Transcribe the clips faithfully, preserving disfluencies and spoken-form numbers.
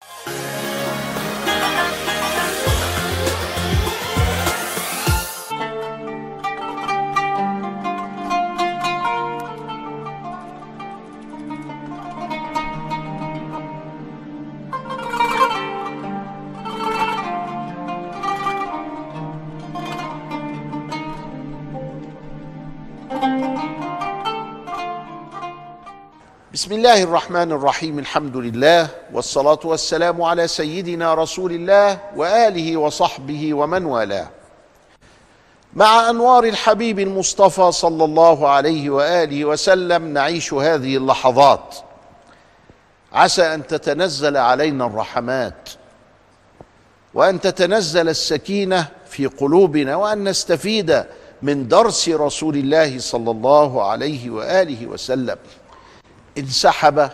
بسم الله الرحمن الرحيم. الحمد لله والصلاة والسلام على سيدنا رسول الله وآله وصحبه ومن والاه. مع أنوار الحبيب المصطفى صلى الله عليه وآله وسلم نعيش هذه اللحظات، عسى أن تتنزل علينا الرحمات وأن تتنزل السكينة في قلوبنا وأن نستفيد من درس رسول الله صلى الله عليه وآله وسلم. انسحب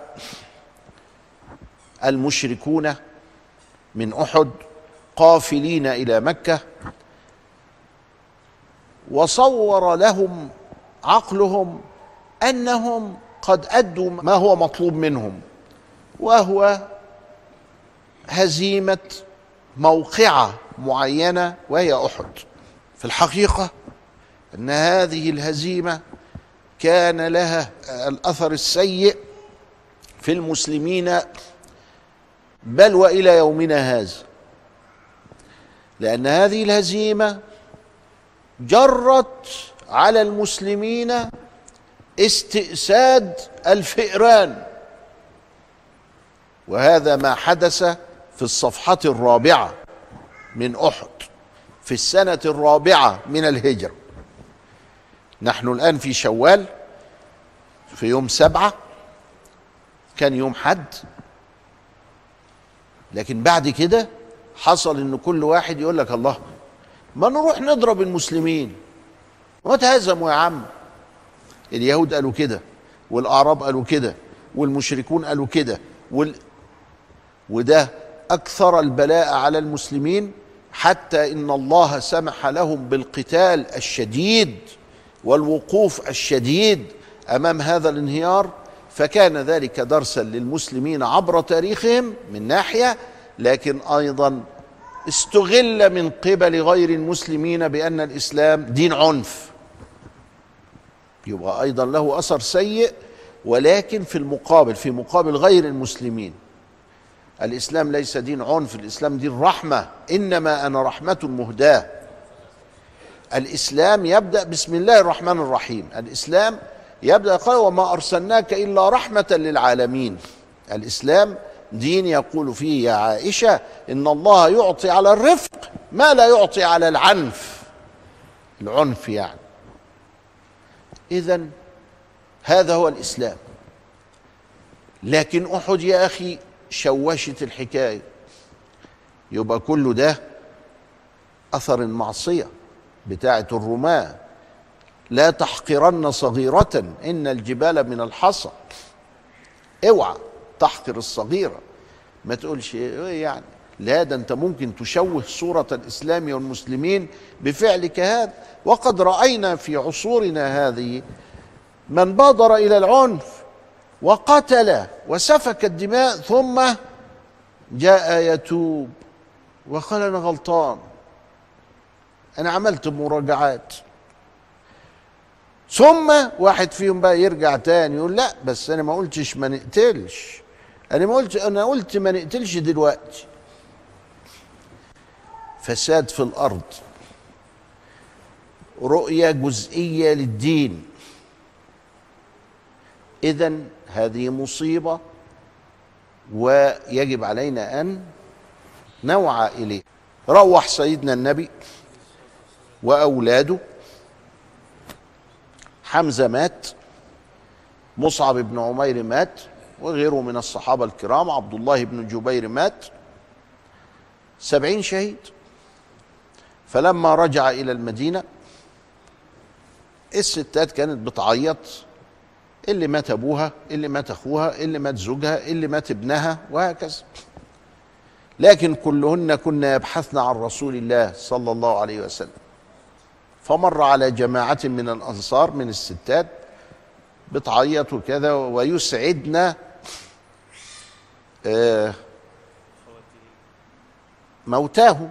المشركون من أحد قافلين إلى مكة، وصور لهم عقلهم أنهم قد أدوا ما هو مطلوب منهم، وهو هزيمة موقعة معينة وهي أحد. في الحقيقة أن هذه الهزيمة كان لها الأثر السيء في المسلمين بل وإلى يومنا هذا، لأن هذه الهزيمة جرت على المسلمين استئساد الفئران، وهذا ما حدث في الصفحة الرابعة من أحد في السنة الرابعة من الهجرة. نحن الآن في شوال، في يوم سبعة، كان يوم حد، لكن بعد كده حصل ان كل واحد يقول لك الله ما نروح نضرب المسلمين وتهزموا يا عم. اليهود قالوا كده، والأعراب قالوا كده، والمشركون قالوا كده، وال... وده أكثر البلاء على المسلمين، حتى إن الله سمح لهم بالقتال الشديد والوقوف الشديد أمام هذا الانهيار، فكان ذلك درسا للمسلمين عبر تاريخهم من ناحية، لكن أيضا استغل من قبل غير المسلمين بأن الإسلام دين عنف، يبقى أيضا له أثر سيء. ولكن في المقابل، في مقابل غير المسلمين، الإسلام ليس دين عنف، الإسلام دين رحمة، إنما أنا رحمة مهداة. الإسلام يبدأ بسم الله الرحمن الرحيم، الإسلام يبدأ قال وما أرسلناك إلا رحمة للعالمين. الإسلام دين يقول فيه يا عائشة إن الله يعطي على الرفق ما لا يعطي على العنف، العنف يعني. إذن هذا هو الإسلام. لكن أحد يا أخي شوشت الحكاية، يبقى كله ده أثر المعصية بتاعة الرماة. لا تحقرن صغيرة إن الجبال من الحصى، اوعى تحقر الصغيرة، ما تقولش ايه يعني، لا ده انت ممكن تشوه صورة الإسلام والمسلمين بفعلك هذا. وقد رأينا في عصورنا هذه من بادر إلى العنف وقتل وسفك الدماء ثم جاء يتوب وقال أنا غلطان، أنا عملت مراجعات، ثم واحد فيهم بقى يرجع تاني يقول لا بس أنا ما قلتش ما نقتلش، أنا ما قلت أنا قلت ما نقتلش دلوقتي. فساد في الأرض، رؤية جزئية للدين. إذن هذه مصيبة ويجب علينا أن نوعى إليه. روح سيدنا النبي وأولاده، حمزة مات، مصعب بن عمير مات، وغيره من الصحابة الكرام، عبد الله بن جبير مات، سبعين شهيد. فلما رجع إلى المدينة الستات كانت بتعيط، اللي مات أبوها، اللي مات أخوها، اللي مات زوجها، اللي مات ابنها، وهكذا. لكن كلهن كنا يبحثن عن رسول الله صلى الله عليه وسلم. فمر على جماعة من الأنصار من الستات بتعيط وكذا ويسعدن آه موتاهم.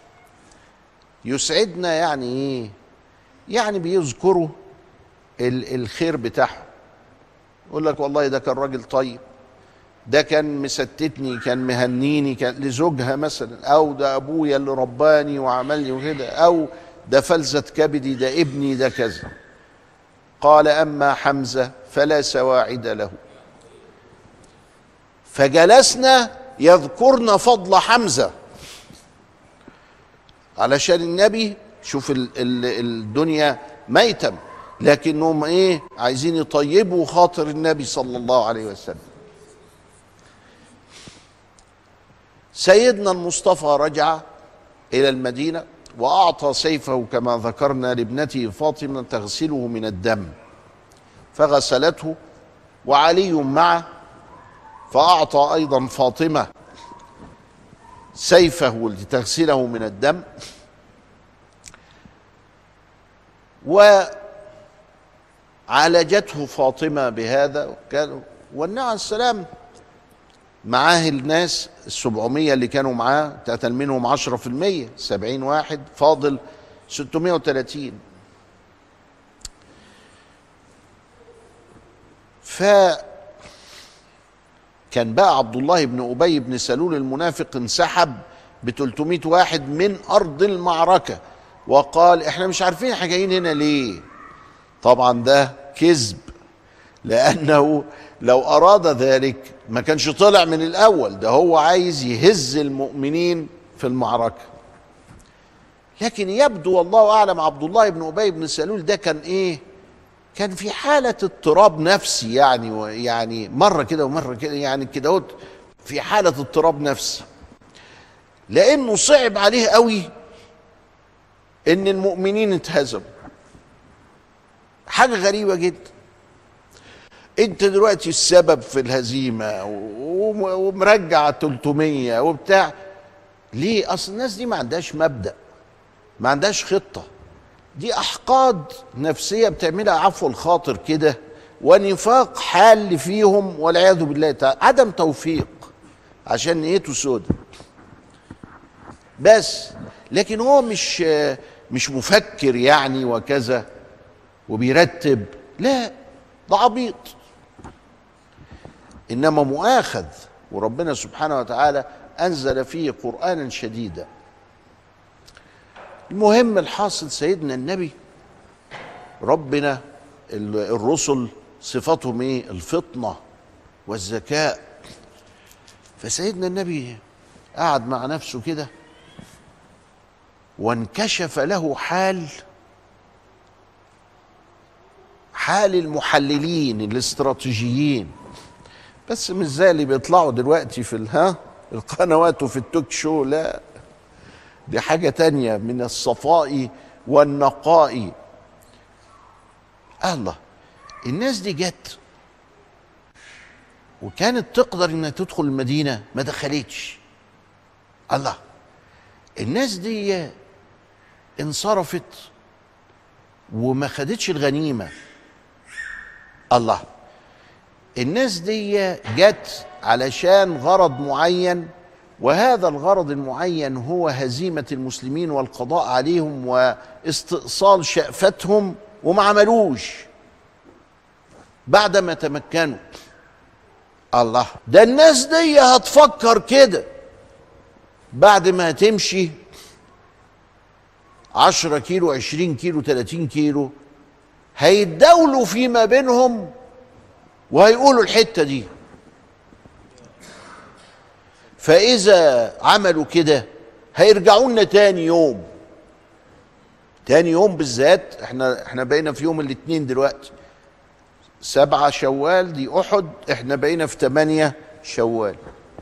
يسعدنا يعني ايه؟ يعني بيذكروا الخير بتاعهم، يقول لك والله ده كان راجل طيب، ده كان مستتني، كان مهنيني، كان لزوجها مثلا، او ده ابويا اللي رباني وعملني وكده، او ده فلذة كبدي، ده ابني، ده كذا. قال اما حمزة فلا سواعد له. فجلسنا يذكرنا فضل حمزة علشان النبي، شوف ال ال الدنيا ميتم، لكنهم ايه؟ عايزين يطيبوا خاطر النبي صلى الله عليه وسلم. سيدنا المصطفى رجع الى المدينة واعطى سيفه كما ذكرنا لابنته فاطمة تغسله من الدم، فغسلته وعلي معه، فاعطى ايضا فاطمة سيفه لتغسله من الدم. وعالجته فاطمة بهذا، والنبي عليه السلام معاه الناس السبعمية اللي كانوا معاه، اتقتل منهم عشرة في المية، سبعين واحد، فاضل ستمائة وثلاثين. فكان بقى عبد الله بن أبي بن سلول المنافق انسحب ب ثلاثمائة واحد من أرض المعركة، وقال احنا مش عارفين احنا جايين هنا ليه. طبعا ده كذب، لأنه لو أراد ذلك ما كانش طلع من الأول، ده هو عايز يهز المؤمنين في المعركة. لكن يبدو والله أعلم عبد الله بن أبي بن سلول ده كان إيه؟ كان في حالة اضطراب نفسي، يعني يعني مرة كده ومرة كده، يعني كده في حالة اضطراب نفسي، لأنه صعب عليه قوي إن المؤمنين اتهزموا. حاجة غريبة جدا، انت دلوقتي السبب في الهزيمة ومرجع ثلاثمية وبتاع، ليه؟ اصل الناس دي ما عندهاش مبدأ، ما عندهاش خطة، دي احقاد نفسية بتعملها عفو الخاطر كده، ونفاق حال فيهم والعياذ بالله تعالى، عدم توفيق عشان نيته سودة بس. لكن هو مش مش مفكر يعني وكذا وبيرتب، لا، ده عبيط، انما مؤاخذ، وربنا سبحانه وتعالى انزل فيه قرانا شديدا. المهم الحاصل، سيدنا النبي ربنا الرسل صفاتهم ايه؟ الفطنه والذكاء. فسيدنا النبي قعد مع نفسه كده وانكشف له حال حال المحللين الاستراتيجيين، بس مش زي اللي بيطلعوا دلوقتي في الها القنوات وفي التوك شو، لا، دي حاجة تانية من الصفاء والنقاء. الله، الناس دي جت وكانت تقدر انها تدخل المدينة، ما دخلتش. الله، الناس دي انصرفت وما خدتش الغنيمة. الله، الناس دي جت علشان غرض معين، وهذا الغرض المعين هو هزيمة المسلمين والقضاء عليهم واستئصال شأفتهم، وما عملوش بعدما تمكنوا. الله، ده الناس دي هتفكر كده بعد ما تمشي عشرة كيلو، عشرين كيلو، ثلاثين كيلو، هيتداولوا فيما بينهم وهيقولوا الحتة دي. فإذا عملوا كده هيرجعوا لنا تاني يوم، تاني يوم بالذات. احنا احنا بقينا في يوم الاثنين دلوقتي، سبعة شوال دي أحد، احنا بقينا في ثمانية شوال.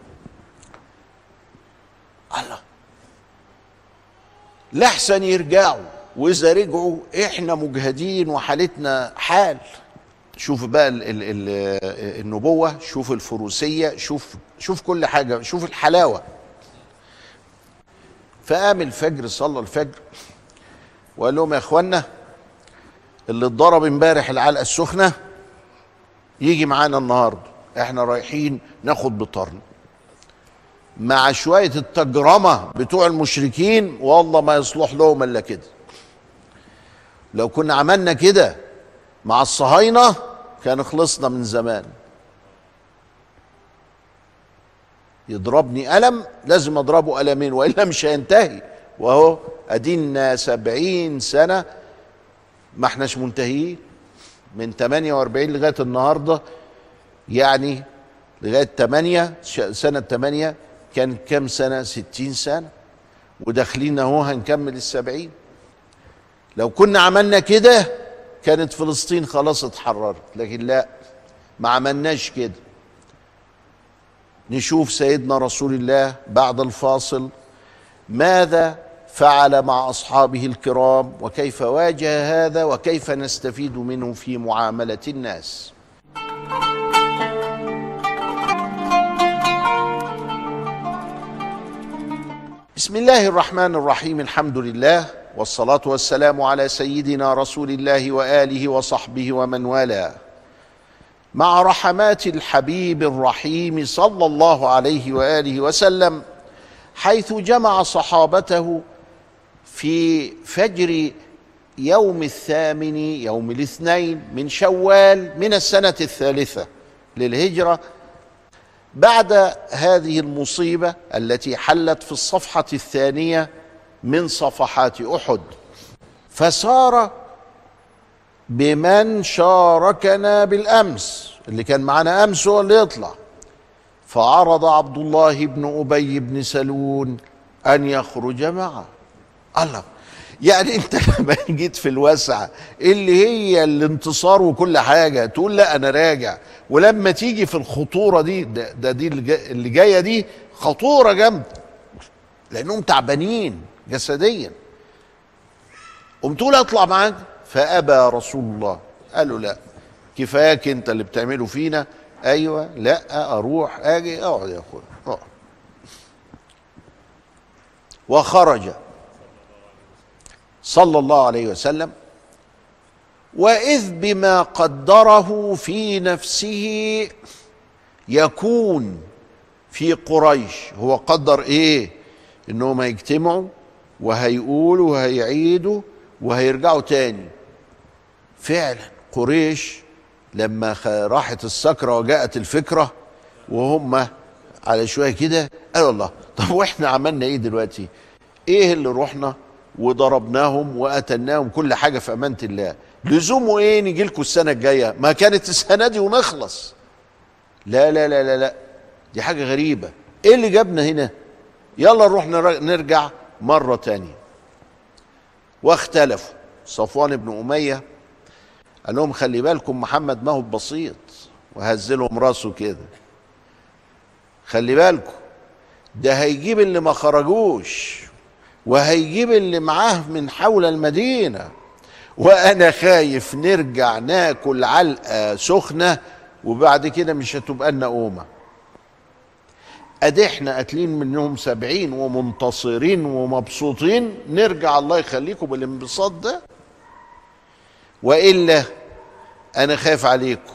الله، لحسن يرجعوا، وإذا رجعوا احنا مجهدين وحالتنا حال. شوف بقى ال ال ال النبوة، شوف الفروسية، شوف شوف كل حاجة، شوف الحلاوة. فقام الفجر، صلى الفجر وقال لهم يا اخوانا، اللي اتضرب امبارح العلقة السخنة يجي معانا النهارده، احنا رايحين ناخد بطارنا. مع شوية التجرمة بتوع المشركين والله ما يصلح لهم الا كده. لو كنا عملنا كده مع الصهاينة كان خلصنا من زمان. يضربني قلم لازم اضربه قلمين والا مش هينتهي، واهو ادينا سبعين سنة ما احناش منتهيين، من ثمانية وأربعين لغاية النهاردة، يعني لغاية ثمانية سنة ثمانية كان كام سنة؟ ستين سنة، وداخلين اهو هنكمل السبعين. لو كنا عملنا كده كانت فلسطين خلاص اتحررت، لكن لا، ما عملناش كده. نشوف سيدنا رسول الله بعد الفاصل ماذا فعل مع أصحابه الكرام، وكيف واجه هذا، وكيف نستفيد منه في معاملة الناس. بسم الله الرحمن الرحيم، الحمد لله والصلاة والسلام على سيدنا رسول الله وآله وصحبه ومن والاه. مع رحمات الحبيب الرحيم صلى الله عليه وآله وسلم، حيث جمع صحابته في فجر يوم الثامن يوم الاثنين من شوال من السنة الثالثة للهجرة، بعد هذه المصيبة التي حلت في الصفحة الثانية من صفحات أحد. فصار بمن شاركنا بالأمس، اللي كان معنا أمس هو اللي يطلع، فعرض عبد الله بن أبي بن سلول أن يخرج معه. الله، يعني انت لما جيت في الوسعة اللي هي الانتصار وكل حاجة تقول لا انا راجع، ولما تيجي في الخطورة دي ده, ده دي اللي جاية دي خطورة جامدة لانهم تعبانين جسديا، قمت تقول اطلع معاك، فابى رسول الله، قال له لا، كفاياك انت اللي بتعمله فينا. ايوه، لا اروح اجي، اقعد يا اخويا اقعد. وخرج صلى الله عليه وسلم، وإذ بما قدره في نفسه يكون في قريش. هو قدر ايه؟ انهم هيجتمعوا وهيقولوا وهيعيدوا وهيرجعوا تاني. فعلا قريش لما راحت السكرة وجاءت الفكرة وهم على شوية كده قالوا الله، طب واحنا عملنا ايه دلوقتي؟ ايه اللي رحنا وضربناهم وقتلناهم كل حاجة في أمانة الله، لزومه ايه نجي لكم السنة الجاية؟ ما كانت السنة دي ونخلص. لا لا لا لا لا، دي حاجة غريبة. ايه اللي جابنا هنا؟ يلا نروح نرجع مرة تانية. واختلفوا. صفوان بن أمية قال لهم خلي بالكم محمد ما هو بسيط، وهزلهم راسه كده، خلي بالكم ده هيجيب اللي ما خرجوش وهيجيب اللي معاه من حول المدينة، وأنا خايف نرجع ناكل علقة سخنة وبعد كده مش هتبقى لنا قومة. أدي احنا قاتلين منهم سبعين ومنتصرين ومبسوطين، نرجع الله يخليكم بالانبساط ده؟ وإلا أنا خايف عليكم.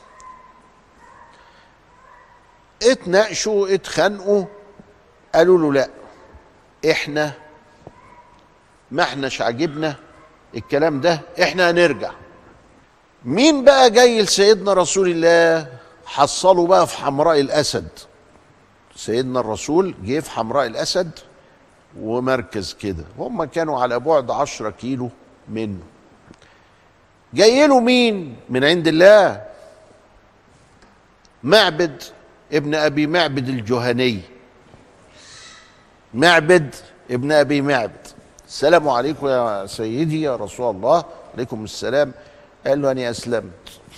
اتناقشوا اتخانقوا، قالوا له لا، احنا ما احناش عاجبنا الكلام ده، احنا هنرجع. مين بقى جاي لسيدنا رسول الله؟ حصلوا بقى في حمراء الأسد. سيدنا الرسول جه في حمراء الأسد ومركز كده، هم كانوا على بعد عشرة كيلو منه. جاي له مين؟ من عند الله، معبد ابن أبي معبد الجهني. معبد ابن أبي معبد، السلام عليكم يا سيدي يا رسول الله. عليكم السلام. قال له أنا أسلمت.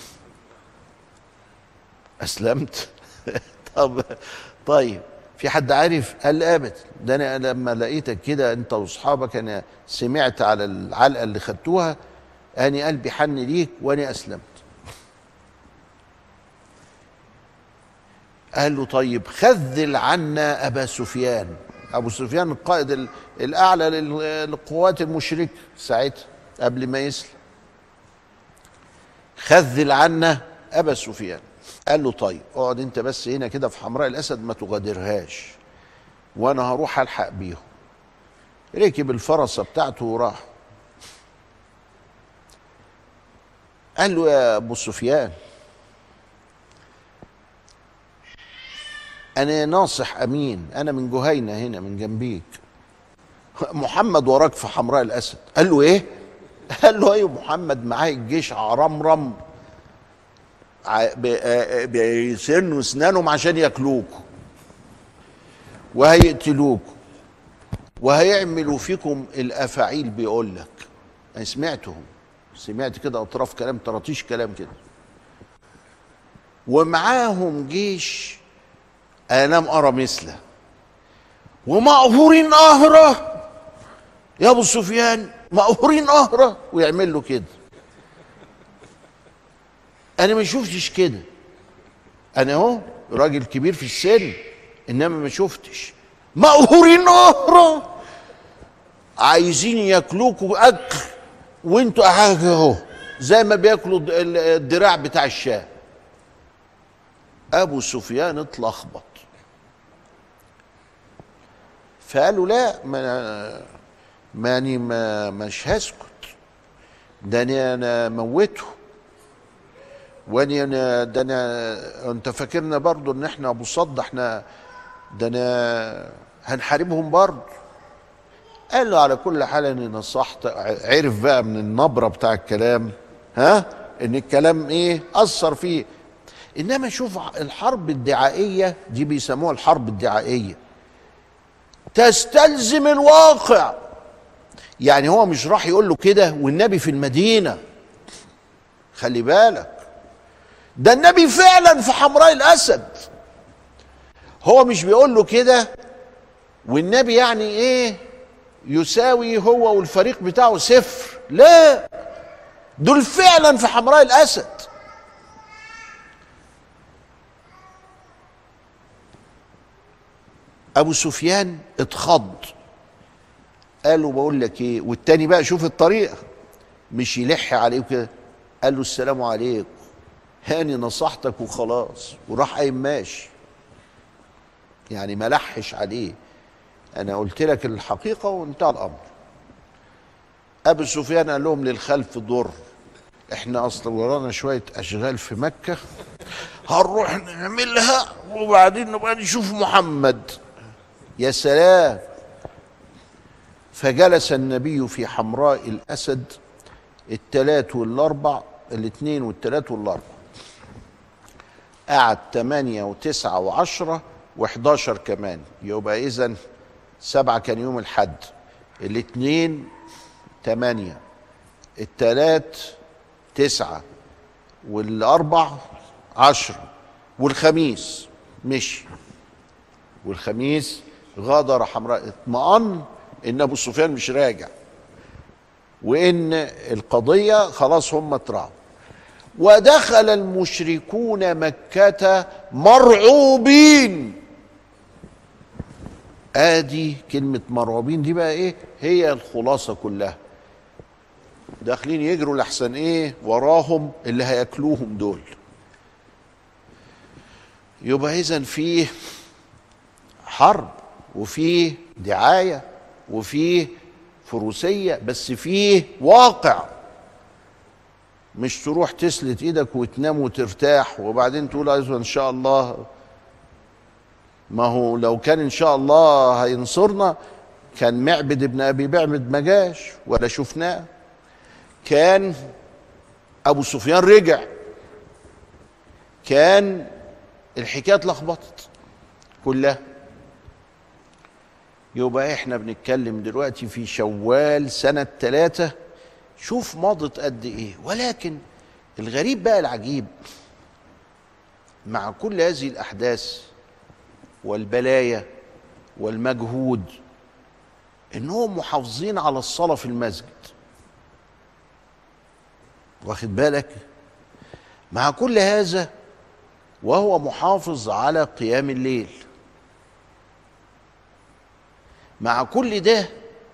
أسلمت؟ طب طيب في حد عارف؟ قال أبدا، ده أنا لما لقيتك كده أنت وأصحابك أنا سمعت على العلقة اللي خدتوها، أنا قلبي حن ليك وأنا أسلمت. قال له طيب خذل عنا أبا سفيان. أبو سفيان القائد الأعلى للقوات المشركة ساعتها قبل ما يسلم. خذل عنا أبا سفيان. قال له طيب اقعد انت بس هنا كده في حمراء الأسد ما تغادرهاش، وانا هروح الحق بيهم. ركب الفرسه بتاعته وراح. قال له يا ابو سفيان انا ناصح امين، انا من جهينه هنا من جنبيك، محمد وراك في حمراء الاسد. قال له ايه؟ قال له ايوه محمد معاه الجيش عرمرم بيسنوا اسنانهم عشان ياكلوكوا وهيقتلوكوا وهيعملوا فيكم الافاعيل. بيقول لك انا سمعتهم، سمعت كده اطراف كلام، طراطيش كلام كده، ومعاهم جيش انام ارى مثله ومقهورين قهره يا ابو سفيان، مقهورين قهره، ويعمل له كده. انا ما شفتش كده، انا اهو راجل كبير في السن انما ما شفتش مقهورين قهره عايزين ياكلوكوا اكل وانتوا قاعدين اهو زي ما بياكلوا الدراع بتاع الشاه. ابو سفيان اتلخبط، فقالوا لا ما ماني ما مش هسكت، ده انا انا موته، واني انا ده انا انت فاكرنا برضو ان احنا ابو صد، احنا ده انا هنحاربهم برضو. قال له على كل حال اني نصحت. عرف بقى من النبره بتاع الكلام ها ان الكلام ايه اثر فيه. انما شوف الحرب الدعائيه دي بيسموها الحرب الدعائيه، تستلزم الواقع. يعني هو مش راح يقول له كده والنبي في المدينه، خلي بالك ده النبي فعلا في حمراء الاسد. هو مش بيقول له كده والنبي يعني ايه يساوي هو والفريق بتاعه صفر، لا دول فعلا في حمراء الاسد. ابو سفيان اتخض، قال له بقول لك ايه، والتاني بقى شوف الطريقه مش يلح عليه كده، قال له السلام عليكم، هاني نصحتك وخلاص، وراح قايم ماشي، يعني ما لحش عليه، انا قلت لك الحقيقه وانتهى الامر. ابو سفيان قال لهم للخلف ضر، احنا اصلا ورانا شويه اشغال في مكه هنروح نعملها وبعدين نبقى نشوف محمد. يا سلام. فجلس النبي في حمراء الاسد الثلاث والاربع، الاثنين والثلاث والاربع، قعد ثمانية وتسعة وعشرة وحداشر كمان، يبقى اذا سبعة كان يوم الحد، الاثنين ثمانية، الثلاث تسعة، والاربع عشرة، والخميس مشي، والخميس غادر حمراء. اطمأن ان ابو سفيان مش راجع وان القضية خلاص هم اترعوا. ودخل المشركون مكة مرعوبين. ادي كلمة مرعوبين دي بقى ايه هي الخلاصة كلها، داخلين يجروا لحسن ايه وراهم اللي هياكلوهم دول. يبقى اذا فيه حرب وفيه دعاية وفيه فروسية، بس فيه واقع، مش تروح تسلت ايدك وتنام وترتاح وبعدين تقول ايضا ان شاء الله. ما هو لو كان ان شاء الله هينصرنا كان معبد ابن ابي معبد ما جاش ولا شفناه، كان ابو سفيان رجع، كان الحكايه اتلخبطت كلها. يبقى احنا بنتكلم دلوقتي في شوال سنة ثلاثة، شوف مضت قد ايه. ولكن الغريب بقى العجيب مع كل هذه الأحداث والبلايا والمجهود انهم محافظين على الصلاة في المسجد، واخد بالك؟ مع كل هذا وهو محافظ على قيام الليل، مع كل ده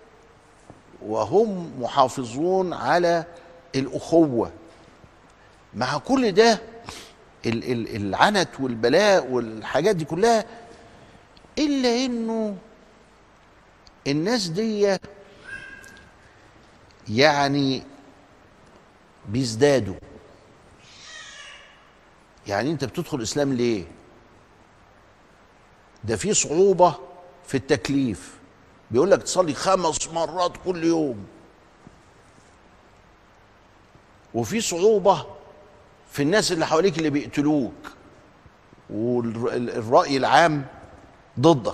وهم محافظون على الأخوة، مع كل ده العنت والبلاء والحاجات دي كلها، إلا إنه الناس دي يعني بيزدادوا. يعني انت بتدخل الاسلام ليه؟ ده في صعوبة في التكليف، بيقول لك تصلي خمس مرات كل يوم، وفي صعوبة في الناس اللي حواليك اللي بيقتلوك والرأي العام ضدك،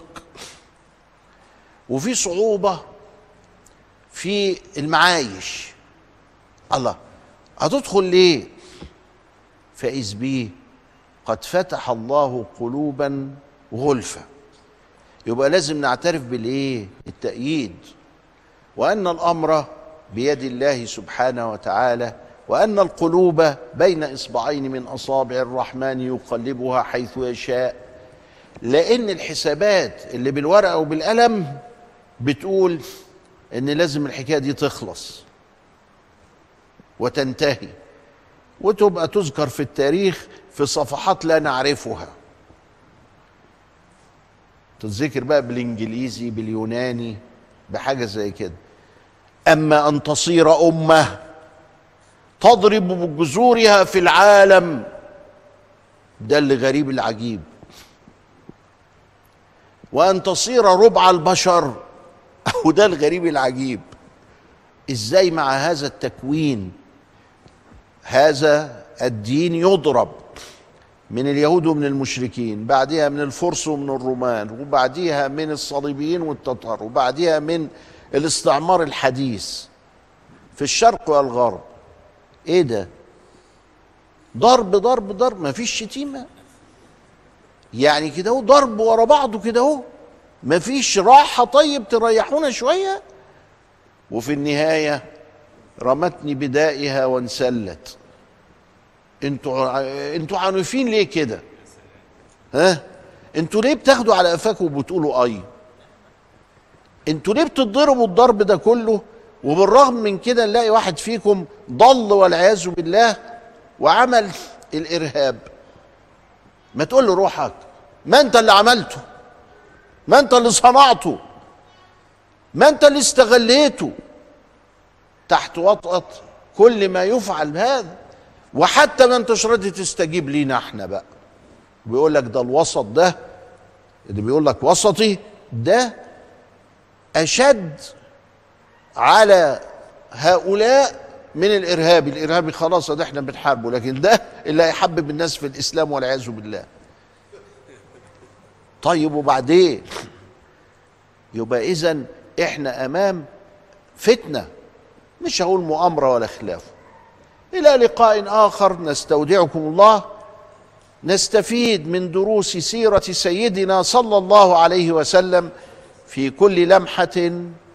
وفي صعوبة في المعايش. الله، هتدخل ليه؟ فإذ به قد فتح الله قلوبا غلفة. يبقى لازم نعترف بالايه؟ التأييد، وأن الأمر بيد الله سبحانه وتعالى، وأن القلوب بين إصبعين من أصابع الرحمن يقلبها حيث يشاء. لأن الحسابات اللي بالورقة وبالقلم بتقول إن لازم الحكاية دي تخلص وتنتهي وتبقى تذكر في التاريخ في صفحات لا نعرفها، تتذكر بقى بالإنجليزي باليوناني بحاجة زي كده. أما أن تصير أمة تضرب بجذورها في العالم، ده اللي غريب العجيب. وأن تصير ربع البشر، وده الغريب العجيب. إزاي مع هذا التكوين هذا الدين يضرب من اليهود ومن المشركين، بعدها من الفرس ومن الرومان، وبعدها من الصليبيين والتتار، وبعدها من الاستعمار الحديث في الشرق والغرب. ايه ده؟ ضرب ضرب ضرب، ما فيش شتيمه يعني كده اهو، ضرب ورا بعضه كده اهو، ما فيش راحه. طيب تريحونا شويه. وفي النهايه رمتني بدائها وانسلت. انتوا انتوا عنيفين ليه كده؟ ها؟ انتوا ليه بتاخدوا على قفاكم وبتقولوا اي؟ انتوا ليه بتضربوا الضرب ده كله؟ وبالرغم من كده نلاقي واحد فيكم ضل والعياذ بالله وعمل الارهاب. ما تقول له روحك، ما انت اللي عملته، ما انت اللي صنعته، ما انت اللي استغليته تحت وطأة كل ما يفعل هذا. وحتى ما انتش راضي تستجيب لينا احنا بقى، بيقول لك ده الوسط ده اللي بيقول لك وسطي ده اشد على هؤلاء من الارهابي. الارهابي خلاص ده احنا بنحاربه، لكن ده اللي هيحبب الناس في الاسلام والعياذ بالله. طيب وبعدين؟ يبقى اذا احنا امام فتنه، مش هقول مؤامره ولا خلافه. الى لقاء اخر، نستودعكم الله، نستفيد من دروس سيره سيدنا صلى الله عليه وسلم في كل لمحه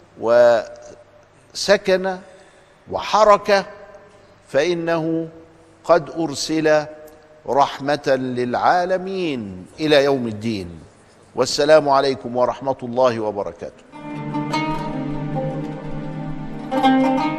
وسكن وحركه، فانه قد ارسل رحمه للعالمين الى يوم الدين. والسلام عليكم ورحمه الله وبركاته.